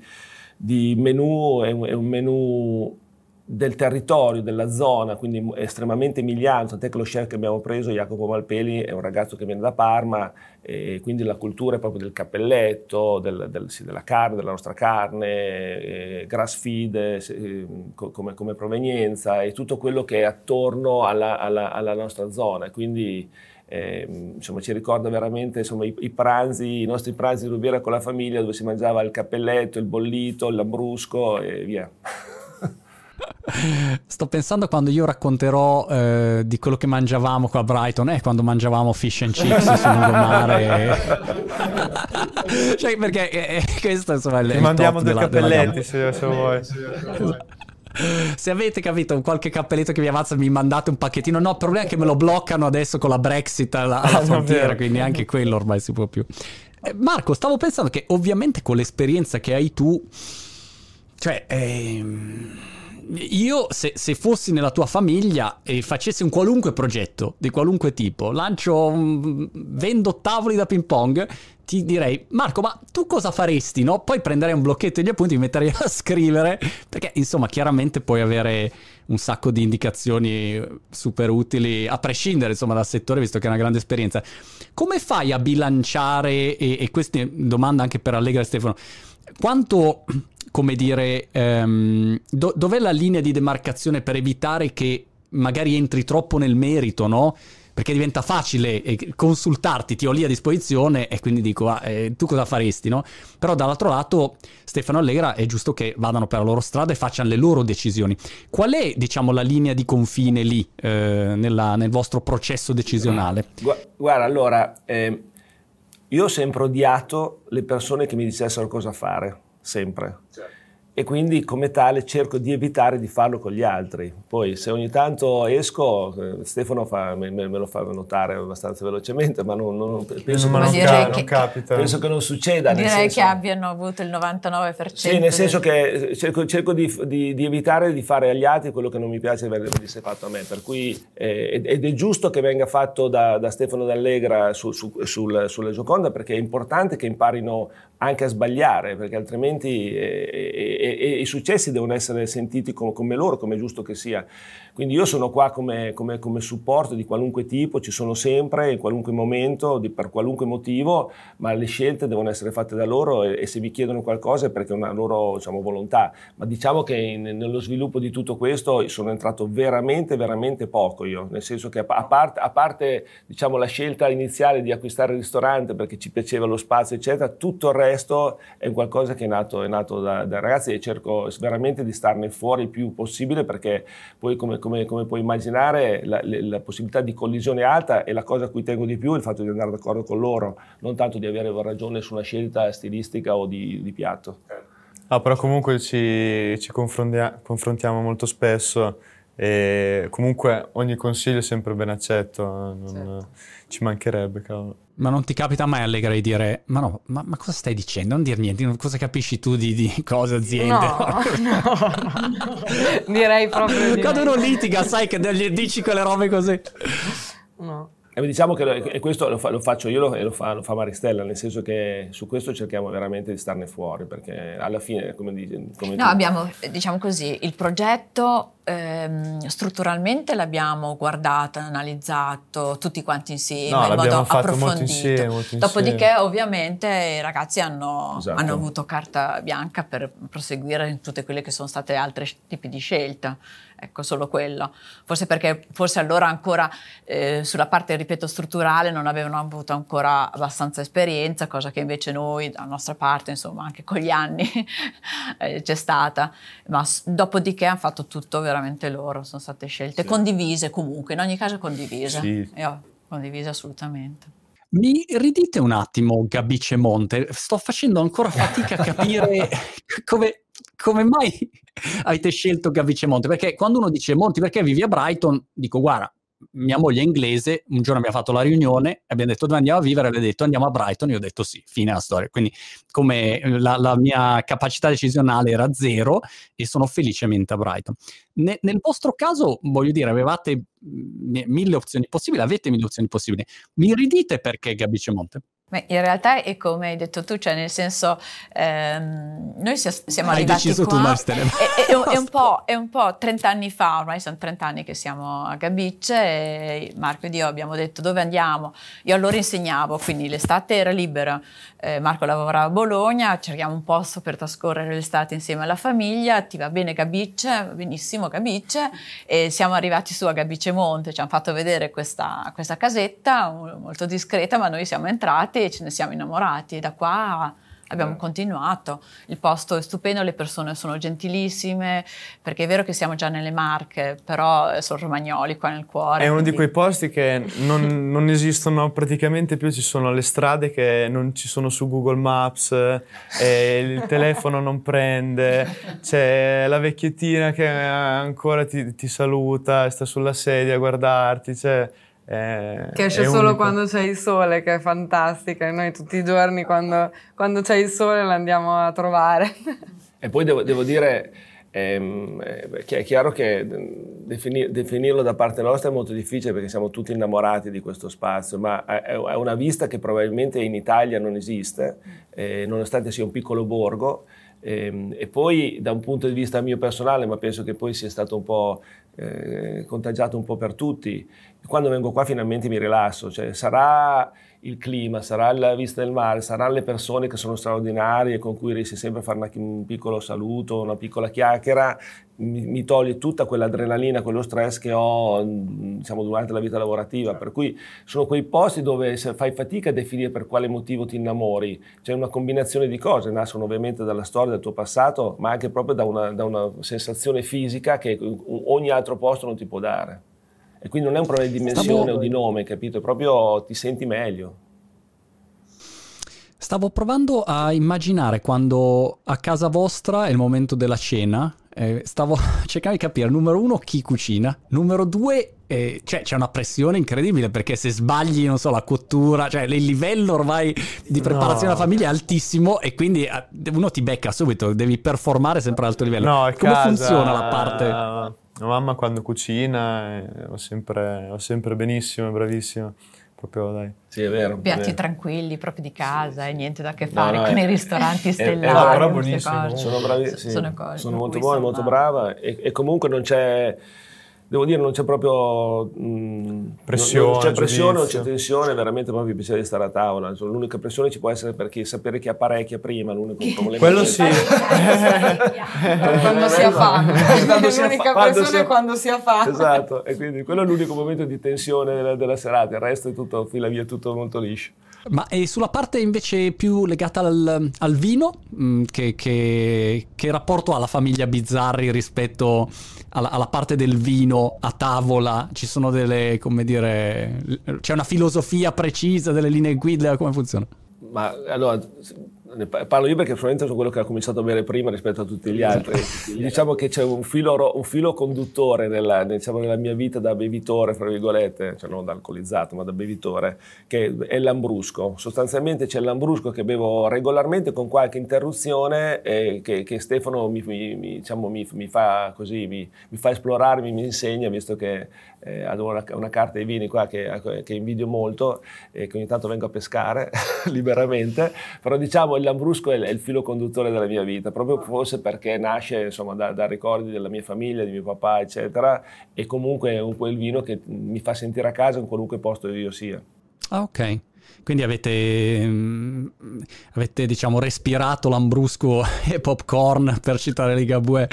di menù, è un, è un menù del territorio, della zona, quindi estremamente emiliano, tant'è che lo chef che abbiamo preso, Jacopo Malpeli, è un ragazzo che viene da Parma, e quindi la cultura è proprio del cappelletto, del, del, sì, della carne, della nostra carne, eh, grass feed eh, come, come provenienza e tutto quello che è attorno alla, alla, alla nostra zona. Quindi eh, insomma, ci ricorda veramente, insomma, i, i pranzi, i nostri pranzi di Rubiera con la famiglia, dove si mangiava il cappelletto, il bollito, il lambrusco e via. Sto pensando quando io racconterò eh, di quello che mangiavamo qua a Brighton, eh, quando mangiavamo fish and chips sul lungomare. Cioè, perché eh, questo insomma è il, Ti il mandiamo top due della, cappelletti della se, se vuoi. Se avete capito qualche cappelletto che vi avanza, mi mandate un pacchettino. No, il problema è che me lo bloccano adesso con la Brexit alla, alla ah, frontiera, quindi anche quello ormai si può più. eh, Marco, stavo pensando che ovviamente con l'esperienza che hai tu, cioè ehm, io se, se fossi nella tua famiglia e facessi un qualunque progetto di qualunque tipo, lancio un, vendo tavoli da ping pong, ti direi: Marco, ma tu cosa faresti, no? Poi prenderei un blocchetto degli appunti, mi metterei a scrivere, perché insomma chiaramente puoi avere un sacco di indicazioni super utili a prescindere insomma dal settore, visto che è una grande esperienza. Come fai a bilanciare, e, e questa è domanda anche per Allegra e Stefano, quanto, come dire, um, do, dov'è la linea di demarcazione per evitare che magari entri troppo nel merito, no? Perché diventa facile consultarti, ti ho lì a disposizione e quindi dico, ah, eh, tu cosa faresti, no? Però dall'altro lato Stefano e Allegra è giusto che vadano per la loro strada e facciano le loro decisioni. Qual è, diciamo, la linea di confine lì eh, nella, nel vostro processo decisionale? Guarda, allora, eh, io ho sempre odiato le persone che mi dicessero cosa fare, sempre. Certo. E quindi come tale cerco di evitare di farlo con gli altri. Poi se ogni tanto esco, eh, Stefano fa, me, me lo fa notare abbastanza velocemente, ma non, non, penso, non, che non, ca- non capita. penso che non succeda. Direi nel senso, che abbiano avuto il novantanove per cento. Sì, nel senso che cerco, cerco di, di, di evitare di fare agli altri quello che non mi piace venisse fatto a me, per cui eh, ed è giusto che venga fatto da, da Stefano D'Allegra su, su, sul, sulla Gioconda, perché è importante che imparino anche a sbagliare, perché altrimenti è, è, e, e i successi devono essere sentiti come, come loro, come è giusto che sia. Quindi io sono qua come, come, come supporto di qualunque tipo, ci sono sempre, in qualunque momento, di, per qualunque motivo, ma le scelte devono essere fatte da loro e, e se vi chiedono qualcosa è perché è una loro, diciamo, volontà. Ma diciamo che in, nello sviluppo di tutto questo sono entrato veramente, veramente poco io, nel senso che a, a parte, a parte diciamo, la scelta iniziale di acquistare il ristorante perché ci piaceva lo spazio, eccetera, tutto il resto è qualcosa che è nato, è nato da, da ragazzi e cerco veramente di starne fuori il più possibile perché poi come Come, come puoi immaginare la, la possibilità di collisione alta e la cosa a cui tengo di più è il fatto di andare d'accordo con loro, non tanto di avere ragione su una scelta stilistica o di, di piatto. Ah, però comunque ci, ci confrontia- confrontiamo molto spesso e comunque ogni consiglio è sempre ben accetto, non, certo. Ci mancherebbe, cavolo. Ma non ti capita mai, Allegra, di dire ma no, ma, ma cosa stai dicendo? Non dir niente, cosa capisci tu di, di cose, aziende? No, no, no. Direi proprio di quando uno litiga, sai che gli dici quelle robe così. No. E diciamo che lo, e questo lo, fa, lo faccio io e lo fa, lo fa Maristella, nel senso che su questo cerchiamo veramente di starne fuori, perché alla fine, come dici... Come no, tu... abbiamo, diciamo così, il progetto ehm, strutturalmente l'abbiamo guardato, analizzato tutti quanti insieme, no, in modo fatto approfondito. Molto insieme, molto Dopodiché insieme. Ovviamente i ragazzi hanno, esatto. hanno avuto carta bianca per proseguire in tutte quelle che sono state altri tipi di scelta. Ecco, solo quello. Forse perché forse allora ancora eh, sulla parte, ripeto, strutturale non avevano avuto ancora abbastanza esperienza, cosa che invece noi, dalla nostra parte, insomma, anche con gli anni eh, c'è stata. Ma s- dopodiché hanno fatto tutto veramente loro, sono state scelte sì. condivise comunque, in ogni caso condivise. Sì. Io, condivise assolutamente. Mi ridite un attimo, Gabice Monte, sto facendo ancora fatica a capire come, come mai avete scelto Gabice Monte, perché quando uno dice Monti perché vivi a Brighton, dico guarda, mia moglie è inglese, un giorno abbiamo fatto la riunione, abbiamo detto dove andiamo a vivere, lei ha detto andiamo a Brighton, io ho detto sì, fine la storia, quindi come la, la mia capacità decisionale era zero e sono felicemente a Brighton. Ne, nel vostro caso, voglio dire, avevate mille opzioni possibili, avete mille opzioni possibili, mi ridite perché Gabice Monte? Beh, in realtà è come hai detto tu, cioè nel senso ehm, noi siamo hai arrivati deciso qua tu, Maristella. è, è, è, un po', è un po' trent'anni fa, ormai sono trent'anni che siamo a Gabice e Marco ed io abbiamo detto dove andiamo, io allora insegnavo, quindi l'estate era libera, eh, Marco lavorava a Bologna, cerchiamo un posto per trascorrere l'estate insieme alla famiglia, ti va bene Gabice? Va benissimo Gabice, e siamo arrivati su a Gabice Monte, ci hanno fatto vedere questa, questa casetta molto discreta, ma noi siamo entrati e ce ne siamo innamorati e da qua abbiamo continuato. Il posto è stupendo, le persone sono gentilissime, perché è vero che siamo già nelle Marche, però sono romagnoli qua nel cuore. È uno quindi... di quei posti che non, non esistono praticamente più, ci sono le strade che non ci sono su Google Maps, e il telefono non prende, c'è la vecchiettina che ancora ti, ti saluta, sta sulla sedia a guardarti, cioè... È, che esce è solo unico. quando c'è il sole, che è fantastica, e noi tutti i giorni quando, quando c'è il sole l'andiamo a trovare. E poi devo, devo dire ehm, che è chiaro che definir, definirlo da parte nostra è molto difficile perché siamo tutti innamorati di questo spazio, ma è, è una vista che probabilmente in Italia non esiste, eh, nonostante sia un piccolo borgo. E, e poi da un punto di vista mio personale, ma penso che poi sia stato un po' eh, contagiato un po' per tutti, quando vengo qua finalmente mi rilasso, cioè sarà il clima, sarà la vista del mare, saranno le persone che sono straordinarie con cui riesci sempre a fare una, un piccolo saluto, una piccola chiacchiera, mi, mi toglie tutta quell'adrenalina, quello stress che ho diciamo, durante la vita lavorativa, per cui sono quei posti dove se fai fatica a definire per quale motivo ti innamori, c'è una combinazione di cose, nascono ovviamente dalla storia del tuo passato, ma anche proprio da una, da una sensazione fisica che ogni altro posto non ti può dare. E quindi non è un problema di dimensione Stavo... o di nome, capito? È proprio ti senti meglio. Stavo provando a immaginare quando a casa vostra è il momento della cena, eh, stavo cercando di capire, numero uno, chi cucina, numero due, eh, cioè c'è una pressione incredibile perché se sbagli, non so, la cottura, cioè il livello ormai di preparazione della no. famiglia è altissimo e quindi uno ti becca subito, devi performare sempre ad alto livello. No, come casa... funziona la parte... La mamma quando cucina eh, va sempre, va sempre benissimo, è bravissima. proprio dai. Sì, è vero. Piatti è vero. tranquilli, proprio di casa, e niente da che fare no, con è, i ristoranti è, stellari. È, no, però buonissimo. sono bravi, sì, sono, cose, sono molto cui, buoni, insomma, molto brava e, e comunque non c'è, devo dire, non c'è proprio mh, pressione, non c'è pressione, non giudizio. c'è tensione, veramente proprio mi piace di stare a tavola. Insomma, l'unica pressione ci può essere per chi sapere chi apparecchia prima, l'unico problema. Quello sì. Quando si ha fame. Quando si ha L'unica fa- quando pressione si ha- è quando si ha fame. Esatto, e quindi quello è l'unico momento di tensione della, della serata, il resto è tutto, fila via, tutto molto liscio. Ma e sulla parte invece più legata al, al vino, mh, che, che, che rapporto ha la famiglia Bizzarri rispetto alla, alla parte del vino a tavola? Ci sono delle, come dire, c'è una filosofia precisa, delle linee guida, come funziona? Ma allora, ne parlo io perché probabilmente sono quello che ha cominciato a bere prima rispetto a tutti gli altri. Diciamo che c'è un filo, un filo conduttore nella, diciamo, nella mia vita da bevitore, fra virgolette, cioè non da alcolizzato, ma da bevitore, che è il lambrusco. Sostanzialmente c'è il lambrusco che bevo regolarmente con qualche interruzione e che, che Stefano mi, mi, diciamo, mi, mi fa così, mi, mi fa esplorare, mi, mi insegna, visto che eh, ho una, una carta di vini qua che, che invidio molto e che ogni tanto vengo a pescare liberamente, però diciamo il lambrusco è il filo conduttore della mia vita, proprio forse perché nasce insomma da, da ricordi della mia famiglia, di mio papà eccetera, e comunque è un quel vino che mi fa sentire a casa in qualunque posto io sia. Ah, ok. Quindi avete, mh, avete diciamo respirato lambrusco e popcorn, per citare Ligabue.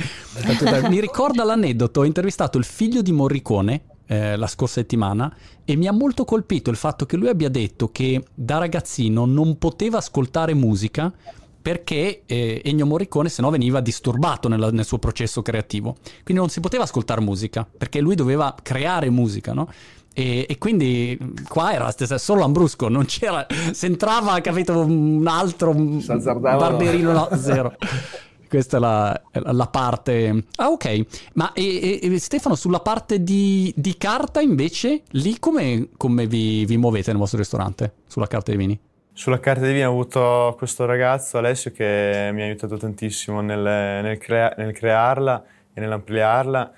Mi ricorda l'aneddoto, ho intervistato il figlio di Morricone eh, la scorsa settimana e mi ha molto colpito il fatto che lui abbia detto che da ragazzino non poteva ascoltare musica perché eh, Ennio Morricone sennò veniva disturbato nella, nel suo processo creativo, quindi non si poteva ascoltare musica perché lui doveva creare musica, no? E, e quindi qua era solo lambrusco, non c'era, se entrava, capito, un altro barberino, no, zero. Questa è la, la parte. Ah, ok. Ma e, e, Stefano, sulla parte di, di carta invece, lì come, come vi, vi muovete nel vostro ristorante? Sulla carta dei vini? Sulla carta di vino ho avuto questo ragazzo, Alessio, che mi ha aiutato tantissimo nel, nel, crea, nel crearla e nell'ampliarla.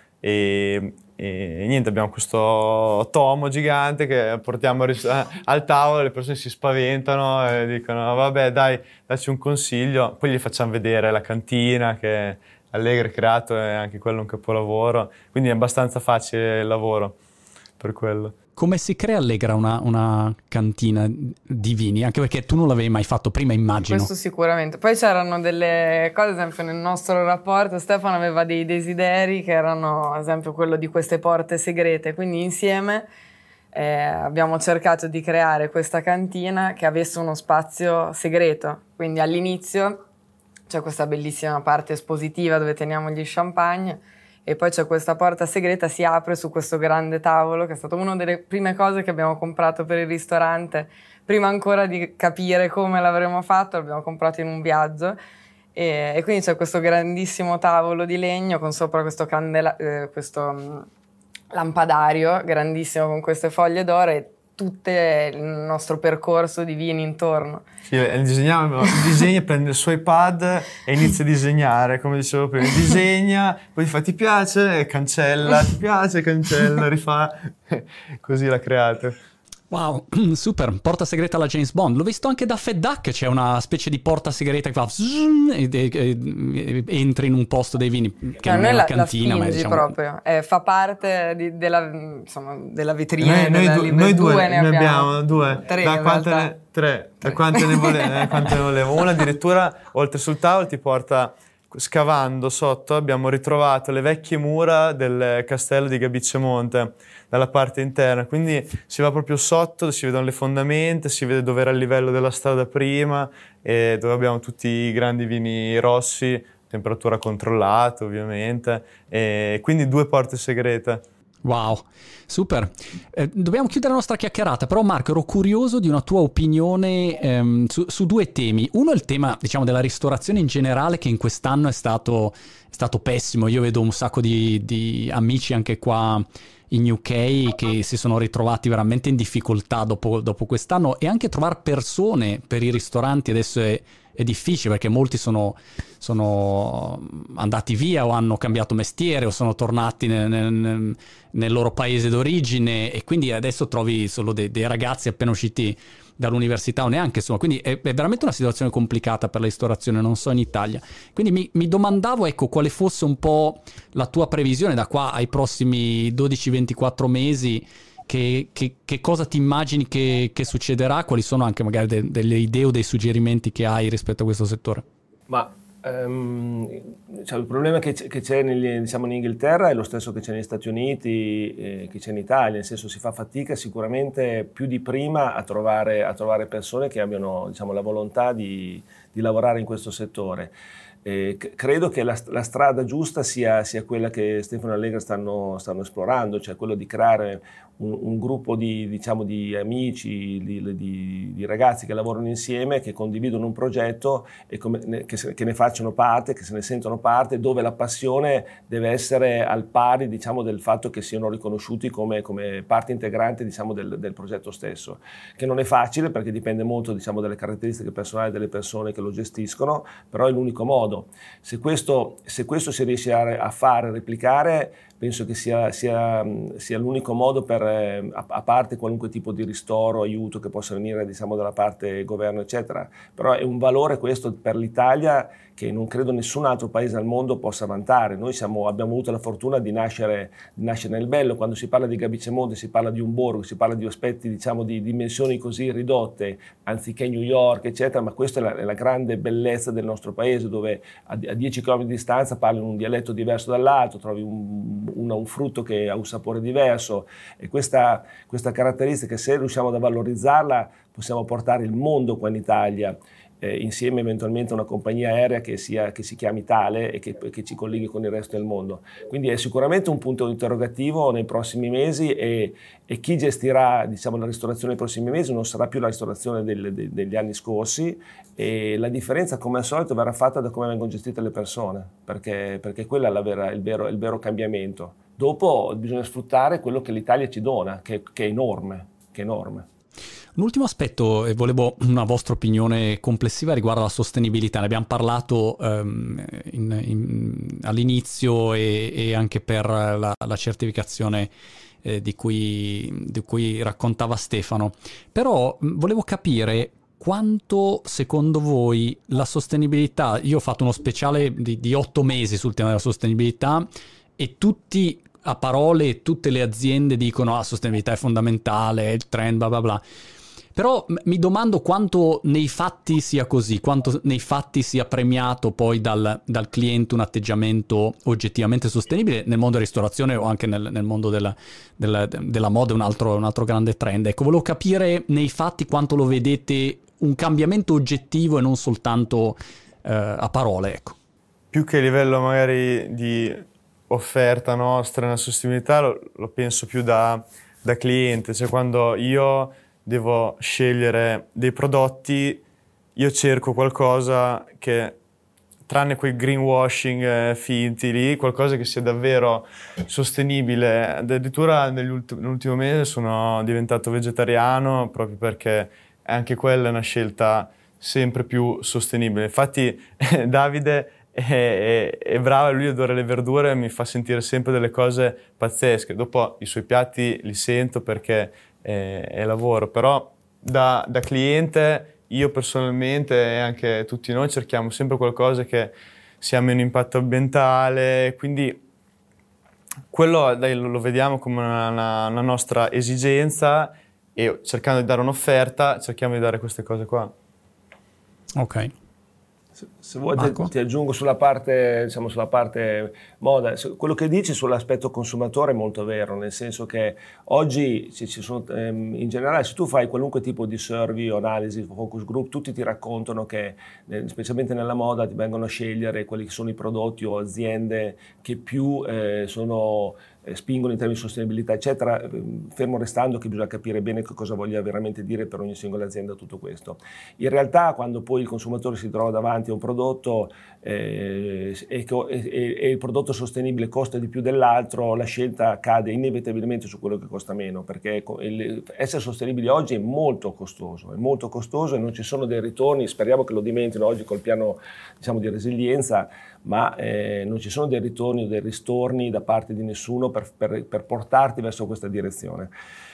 E, e niente, abbiamo questo tomo gigante che portiamo al tavolo, le persone si spaventano e dicono vabbè dai, dacci un consiglio, poi gli facciamo vedere la cantina che Allegra ha creato, è anche quello un capolavoro, quindi è abbastanza facile il lavoro per quello. Come si crea Allegra una, una cantina di vini? Anche perché tu non l'avevi mai fatto prima, immagino. Questo sicuramente. Poi c'erano delle cose, ad esempio nel nostro rapporto Stefano aveva dei desideri che erano, ad esempio, quello di queste porte segrete, quindi insieme eh, abbiamo cercato di creare questa cantina che avesse uno spazio segreto. Quindi all'inizio c'è questa bellissima parte espositiva dove teniamo gli champagne, e poi c'è questa porta segreta, si apre su questo grande tavolo che è stato una delle prime cose che abbiamo comprato per il ristorante, prima ancora di capire come l'avremmo fatto, l'abbiamo comprato in un viaggio, e, e quindi c'è questo grandissimo tavolo di legno con sopra questo, candela, eh, questo um, lampadario grandissimo con queste foglie d'oro e tutto il nostro percorso di vini intorno. Sì, disegniamo, disegna, prende il suo iPad e inizia a disegnare, come dicevo prima, disegna, poi fa ti piace e cancella, ti piace, cancella, rifà, così l'ha creato. Wow, super, porta segreta alla James Bond. L'ho visto anche da Fat Duck, c'è una specie di porta segreta che fa e, e, e, e entri in un posto dei vini, che no, non è la, una cantina, la ma è, diciamo... proprio, eh, fa parte di, della, insomma, della vetrina. Noi, noi, della du- noi due, due ne abbiamo, abbiamo due, tre, da quante realtà. ne, tre, da quante ne volevo, eh, quante ne volevo. Una addirittura, oltre sul tavolo, ti porta... Scavando sotto abbiamo ritrovato le vecchie mura del castello di Gabiccemonte dalla parte interna, quindi si va proprio sotto, si vedono le fondamenta, si vede dove era il livello della strada prima e dove abbiamo tutti i grandi vini rossi, temperatura controllata ovviamente, e quindi due porte segrete. Wow, super. Eh, dobbiamo chiudere la nostra chiacchierata, però Marco, ero curioso di una tua opinione ehm, su, su due temi. Uno è il tema, diciamo, della ristorazione in generale, che in quest'anno è stato, è stato pessimo. Io vedo un sacco di, di amici anche qua in U K che si sono ritrovati veramente in difficoltà dopo, dopo quest'anno, e anche trovare persone per i ristoranti adesso è, è difficile perché molti sono, sono andati via o hanno cambiato mestiere o sono tornati nel, nel, nel loro paese d'origine, e quindi adesso trovi solo dei, dei ragazzi appena usciti dall'università o neanche, insomma, quindi è, è veramente una situazione complicata per la ristorazione, non so in Italia. Quindi mi, mi domandavo, ecco, quale fosse un po' la tua previsione da qua ai prossimi dodici ventiquattro mesi, che, che, che cosa ti immagini che, che succederà, quali sono anche magari de, delle idee o dei suggerimenti che hai rispetto a questo settore? Ma Um, cioè, il problema che c'è, che c'è nel, diciamo, in Inghilterra è lo stesso che c'è negli Stati Uniti, eh, che c'è in Italia, nel senso si fa fatica sicuramente più di prima a trovare, a trovare persone che abbiano, diciamo, la volontà di, di lavorare in questo settore. Eh, c- credo che la, la strada giusta sia, sia quella che Stefano e Allegra stanno, stanno esplorando, cioè quello di creare un, un gruppo di, diciamo, di amici, di, di, di ragazzi che lavorano insieme, che condividono un progetto e come, che, se, che ne facciano parte, che se ne sentono parte, dove la passione deve essere al pari, diciamo, del fatto che siano riconosciuti come, come parte integrante, diciamo, del, del progetto stesso, che non è facile perché dipende molto, diciamo, dalle caratteristiche personali delle persone che lo gestiscono, però è l'unico modo. Se questo, se questo si riesce a, a fare, replicare, penso che sia, sia, sia l'unico modo per, a, a parte qualunque tipo di ristoro, aiuto che possa venire, diciamo, dalla parte governo, eccetera. Però è un valore questo per l'Italia che non credo nessun altro paese al mondo possa vantare. Noi siamo, abbiamo avuto la fortuna di nascere, di nascere nel bello. Quando si parla di Gabicemonte si parla di un borgo, si parla di aspetti, diciamo, di dimensioni così ridotte, anziché New York, eccetera, ma questa è la, è la grande bellezza del nostro paese, dove a, a dieci chilometri di distanza parlano un dialetto diverso dall'altro, trovi un, un, un frutto che ha un sapore diverso, e questa, questa caratteristica, se riusciamo a valorizzarla, possiamo portare il mondo qua in Italia. Eh, insieme eventualmente a una compagnia aerea che, sia, che si chiami tale e che, che ci colleghi con il resto del mondo. Quindi è sicuramente un punto interrogativo nei prossimi mesi, e, e chi gestirà, diciamo, la ristorazione nei prossimi mesi non sarà più la ristorazione del, de, degli anni scorsi, e la differenza, come al solito, verrà fatta da come vengono gestite le persone, perché, perché quella è la vera, il, vero, il vero cambiamento. Dopo bisogna sfruttare quello che l'Italia ci dona, che, che è enorme, che è enorme. Un ultimo aspetto, e volevo una vostra opinione complessiva riguardo alla sostenibilità. Ne abbiamo parlato um, in, in, all'inizio e, e anche per la, la certificazione eh, di, cui, di cui raccontava Stefano. Però mh, volevo capire quanto secondo voi la sostenibilità, io ho fatto uno speciale di, di otto mesi sul tema della sostenibilità, e tutti a parole, tutte le aziende dicono la ah, sostenibilità è fondamentale, è il trend, bla bla bla. Però mi domando quanto nei fatti sia così, quanto nei fatti sia premiato poi dal, dal cliente un atteggiamento oggettivamente sostenibile nel mondo della ristorazione o anche nel, nel mondo della, della, della moda, un altro, un altro grande trend. Ecco, volevo capire nei fatti quanto lo vedete un cambiamento oggettivo e non soltanto eh, a parole, ecco. Più che a livello magari di offerta nostra nella sostenibilità, lo, lo penso più da, da cliente, cioè quando io devo scegliere dei prodotti, io cerco qualcosa che, tranne quei greenwashing eh, finti lì, qualcosa che sia davvero sostenibile. Addirittura nell'ultimo mese sono diventato vegetariano proprio perché anche quella è una scelta sempre più sostenibile. Infatti Davide è, è, è bravo, lui adora le verdure, mi fa sentire sempre delle cose pazzesche. Dopo i suoi piatti li sento perché è, è lavoro, però da, da cliente io personalmente e anche tutti noi cerchiamo sempre qualcosa che sia meno impatto ambientale, quindi quello dai, lo vediamo come una, una, una nostra esigenza, e cercando di dare un'offerta cerchiamo di dare queste cose qua. Ok. Se, se vuoi ti, ti aggiungo sulla parte, diciamo, sulla parte moda. Quello che dici sull'aspetto consumatore è molto vero, nel senso che oggi ci, ci sono, ehm, in generale, se tu fai qualunque tipo di survey o analisi, focus group, tutti ti raccontano che, eh, specialmente nella moda, ti vengono a scegliere quelli che sono i prodotti o aziende che più eh, sono eh, spingono in termini di sostenibilità, eccetera, eh, fermo restando che bisogna capire bene che cosa voglia veramente dire per ogni singola azienda tutto questo. In realtà, quando poi il consumatore si trova davanti a un prodotto eh, e, e, e il prodotto sostenibile costa di più dell'altro, la scelta cade inevitabilmente su quello che costa meno, perché il, essere sostenibili oggi è molto costoso, è molto costoso e non ci sono dei ritorni, speriamo che lo dimentino oggi col piano, diciamo, di resilienza, ma eh, non ci sono dei ritorni o dei ristorni da parte di nessuno per, per, per portarti verso questa direzione.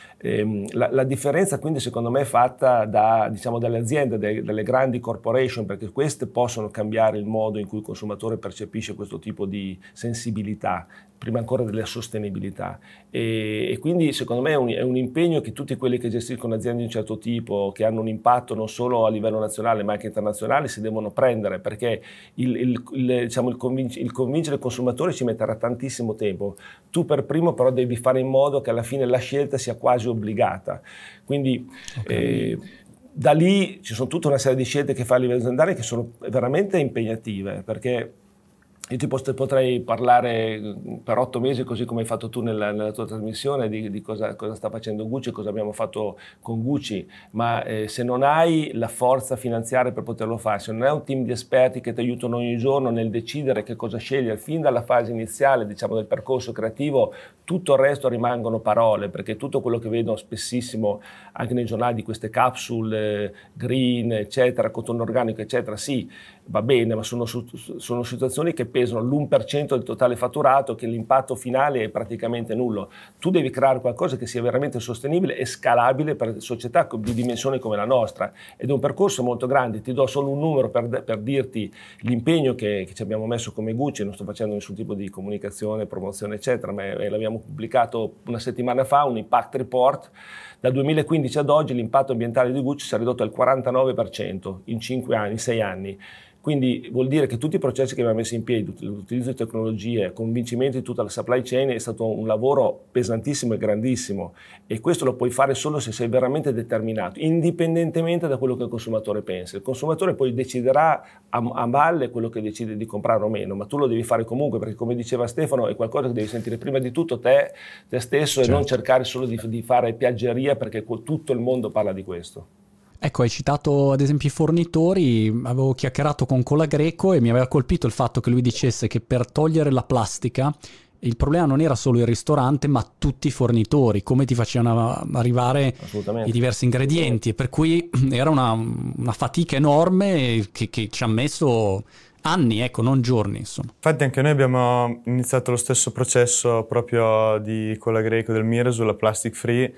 Eh, la, la differenza quindi secondo me è fatta da, diciamo, dalle aziende, dai, dalle grandi corporation, perché queste possono cambiare il modo in cui il consumatore percepisce questo tipo di sensibilità, prima ancora della sostenibilità, e, e quindi secondo me è un, è un impegno che tutti quelli che gestiscono aziende di un certo tipo, che hanno un impatto non solo a livello nazionale ma anche internazionale, si devono prendere, perché il, il, il, diciamo, il, convinc- il convincere il consumatore ci metterà tantissimo tempo. Tu per primo però devi fare in modo che alla fine la scelta sia quasi obbligata, quindi okay. eh, da lì ci sono tutta una serie di scelte che fa a livello aziendale che sono veramente impegnative, perché io ti potrei parlare per otto mesi, così come hai fatto tu nella, nella tua trasmissione, di, di cosa, cosa sta facendo Gucci, cosa abbiamo fatto con Gucci, ma eh, se non hai la forza finanziaria per poterlo fare, se non hai un team di esperti che ti aiutano ogni giorno nel decidere che cosa scegliere, fin dalla fase iniziale, diciamo, del percorso creativo, tutto il resto rimangono parole, perché tutto quello che vedo spessissimo anche nei giornali di queste capsule eh, green, eccetera, cotone organico, eccetera, sì, va bene, ma sono, sono situazioni che pesano l'uno per cento del totale fatturato, che l'impatto finale è praticamente nullo. Tu devi creare qualcosa che sia veramente sostenibile e scalabile per società di dimensioni come la nostra, ed è un percorso molto grande. Ti do solo un numero per, per dirti l'impegno che, che ci abbiamo messo come Gucci. Non sto facendo nessun tipo di comunicazione, promozione eccetera, ma l'abbiamo pubblicato una settimana fa, un impact report. Dal duemilaquindici ad oggi l'impatto ambientale di Gucci si è ridotto al quarantanove per cento in cinque anni, sei anni. Quindi vuol dire che tutti i processi che abbiamo messo in piedi, l'utilizzo di tecnologie, convincimento di tutta la supply chain, è stato un lavoro pesantissimo e grandissimo, e questo lo puoi fare solo se sei veramente determinato, indipendentemente da quello che il consumatore pensa. Il consumatore poi deciderà a, a valle quello che decide di comprare o meno, ma tu lo devi fare comunque, perché come diceva Stefano è qualcosa che devi sentire prima di tutto te, te stesso, certo. E non cercare solo di, di fare piaggeria, perché tutto il mondo parla di questo. Ecco, hai citato ad esempio i fornitori. Avevo chiacchierato con Colagreco e mi aveva colpito il fatto che lui dicesse che per togliere la plastica il problema non era solo il ristorante, ma tutti i fornitori, come ti facevano arrivare i diversi ingredienti, e per cui era una, una fatica enorme che, che ci ha messo anni, ecco, non giorni, insomma. Infatti anche noi abbiamo iniziato lo stesso processo proprio di Colagreco, del Mire, sulla plastic free,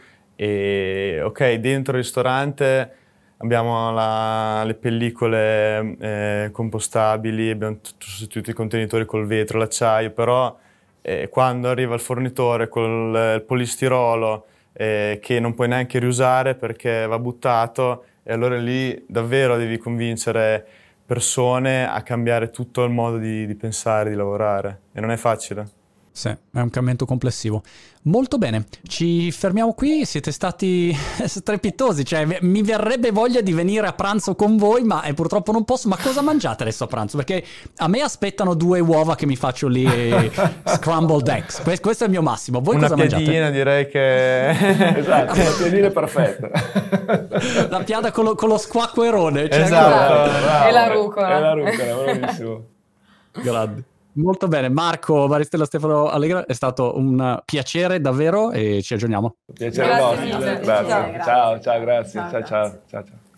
e ok, dentro il ristorante abbiamo la, le pellicole eh, compostabili, abbiamo sostituito i contenitori col vetro, l'acciaio, però eh, quando arriva il fornitore con il polistirolo eh, che non puoi neanche riusare perché va buttato, e allora lì davvero devi convincere persone a cambiare tutto il modo di, di pensare, di lavorare, e non è facile. Sì, è un cambiamento complessivo. Molto bene, ci fermiamo qui, siete stati strepitosi, cioè mi verrebbe voglia di venire a pranzo con voi, ma eh, purtroppo non posso. Ma cosa mangiate adesso a pranzo? Perché a me aspettano due uova che mi faccio lì, scrambled eggs, questo, questo è il mio massimo. Voi una cosa mangiate? Una piadina, direi che... Esatto, una piadina è perfetta. La piada con lo, con lo squacquerone. Cioè, esatto, bravo. E la rucola. E la rucola, bravissimo. Grande. Molto bene, Marco Baristella, Stefano Allegra, è stato un piacere davvero, e ci aggiorniamo. Piacere nostro. Grazie. Ciao, ciao, grazie. Ciao, ciao, ciao, ciao.